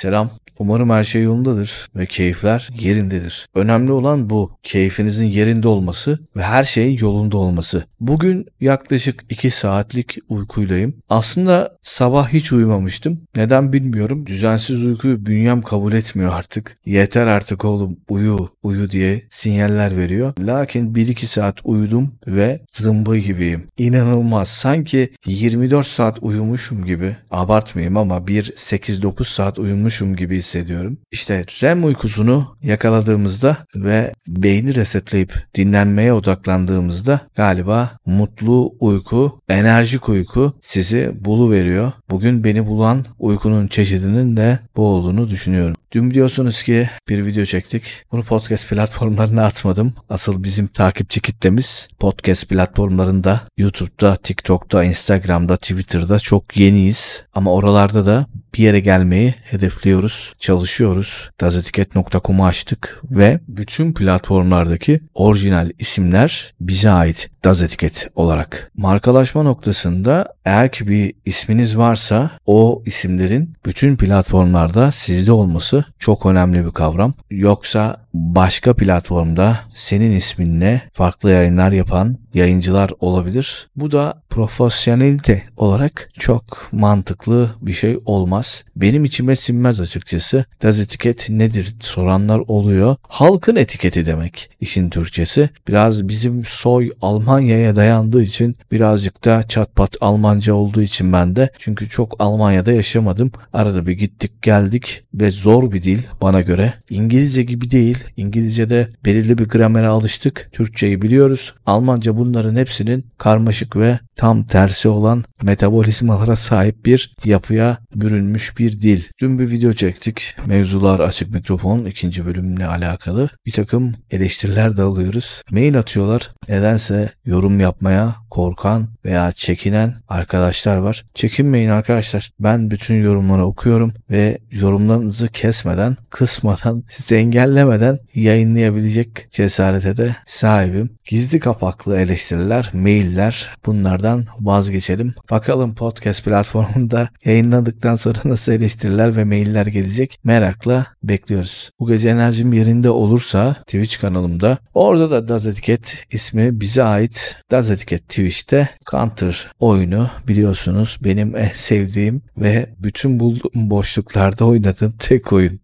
Selam. Umarım her şey yolundadır ve keyifler yerindedir. Önemli olan bu. Keyfinizin yerinde olması ve her şeyin yolunda olması. Bugün yaklaşık 2 saatlik uykuylayım. Aslında sabah hiç uyumamıştım. Neden bilmiyorum. Düzensiz uykuyu bünyem kabul etmiyor artık. Yeter artık oğlum, uyu diye sinyaller veriyor. Lakin 1-2 saat uyudum ve zımba gibiyim. İnanılmaz. Sanki 24 saat uyumuşum gibi. Abartmayayım ama 8-9 saat uyumuşum gibi hissediyorum. İşte REM uykusunu yakaladığımızda ve beyni resetleyip dinlenmeye odaklandığımızda galiba mutlu uyku, enerjik uyku sizi buluveriyor. Bugün beni bulan uykunun çeşidinin de bu olduğunu düşünüyorum. Dün biliyorsunuz ki bir video çektik. Bunu podcast platformlarına atmadım. Asıl bizim takipçi kitlemiz podcast platformlarında, YouTube'da, TikTok'ta, Instagram'da, Twitter'da çok yeniyiz. Ama oralarda da bir yere gelmeyi hedefliyoruz, çalışıyoruz. Dazetiket.com'u açtık ve bütün platformlardaki orijinal isimler bize ait Daz Etiket olarak. Markalaşma noktasında eğer ki bir isminiz varsa o isimlerin bütün platformlarda sizde olması çok önemli bir kavram. Yoksa başka platformda senin isminle farklı yayınlar yapan yayıncılar olabilir. Bu da profesyonelite olarak çok mantıklı bir şey olmaz. Benim içime sinmez açıkçası. Daz Etiket nedir soranlar oluyor. Halkın etiketi demek işin Türkçesi. Biraz bizim soy Almanya'ya dayandığı için birazcık da çatpat Almanca olduğu için ben de. Çünkü çok Almanya'da yaşamadım. Arada bir gittik geldik ve zor bir dil bana göre. İngilizce gibi değil. İngilizce'de belirli bir gramere alıştık. Türkçeyi biliyoruz. Almanca bunların hepsinin karmaşık ve tam tersi olan metabolizmalara sahip bir yapıya bürünmüş bir dil. Dün bir video çektik. Mevzular Açık Mikrofon 2. bölümle alakalı. Bir takım eleştiriler de alıyoruz. Mail atıyorlar. Nedense yorum yapmaya korkan veya çekinen arkadaşlar var. Çekinmeyin arkadaşlar. Ben bütün yorumları okuyorum ve yorumlarınızı kesmeden, kısmadan, sizi engellemeden yayınlayabilecek cesarete de sahibim. Gizli kapaklı eleştiriler, mailler, bunlardan vazgeçelim. Bakalım podcast platformunda yayınladıktan sonra nasıl eleştiriler ve mailler gelecek, merakla bekliyoruz. Bu gece enerjim yerinde olursa Twitch kanalımda, orada da Daz Etiket ismi bize ait. Daz Etiket Twitch'te Counter oyunu biliyorsunuz benim en sevdiğim ve bütün bulduğum boşluklarda oynadığım tek oyun.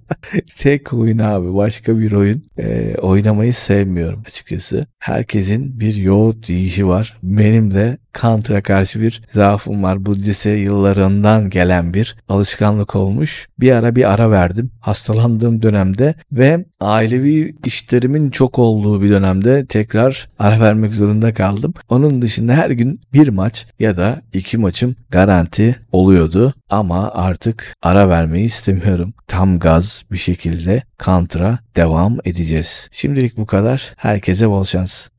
Tek oyun abi, başka bir oyun oynamayı sevmiyorum açıkçası. Herkesin bir yoğurt yiyişi var. Benim de Counter'a karşı bir zaafım var. Bu lise yıllarından gelen bir alışkanlık olmuş. Bir ara verdim. Hastalandığım dönemde ve ailevi işlerimin çok olduğu bir dönemde tekrar ara vermek zorunda kaldım. Onun dışında her gün bir maç ya da 2 maçım garanti oluyordu. Ama artık ara vermeyi istemiyorum. Tam gaz bir şekilde Counter'a devam edeceğiz. Şimdilik bu kadar. Herkese bol şans.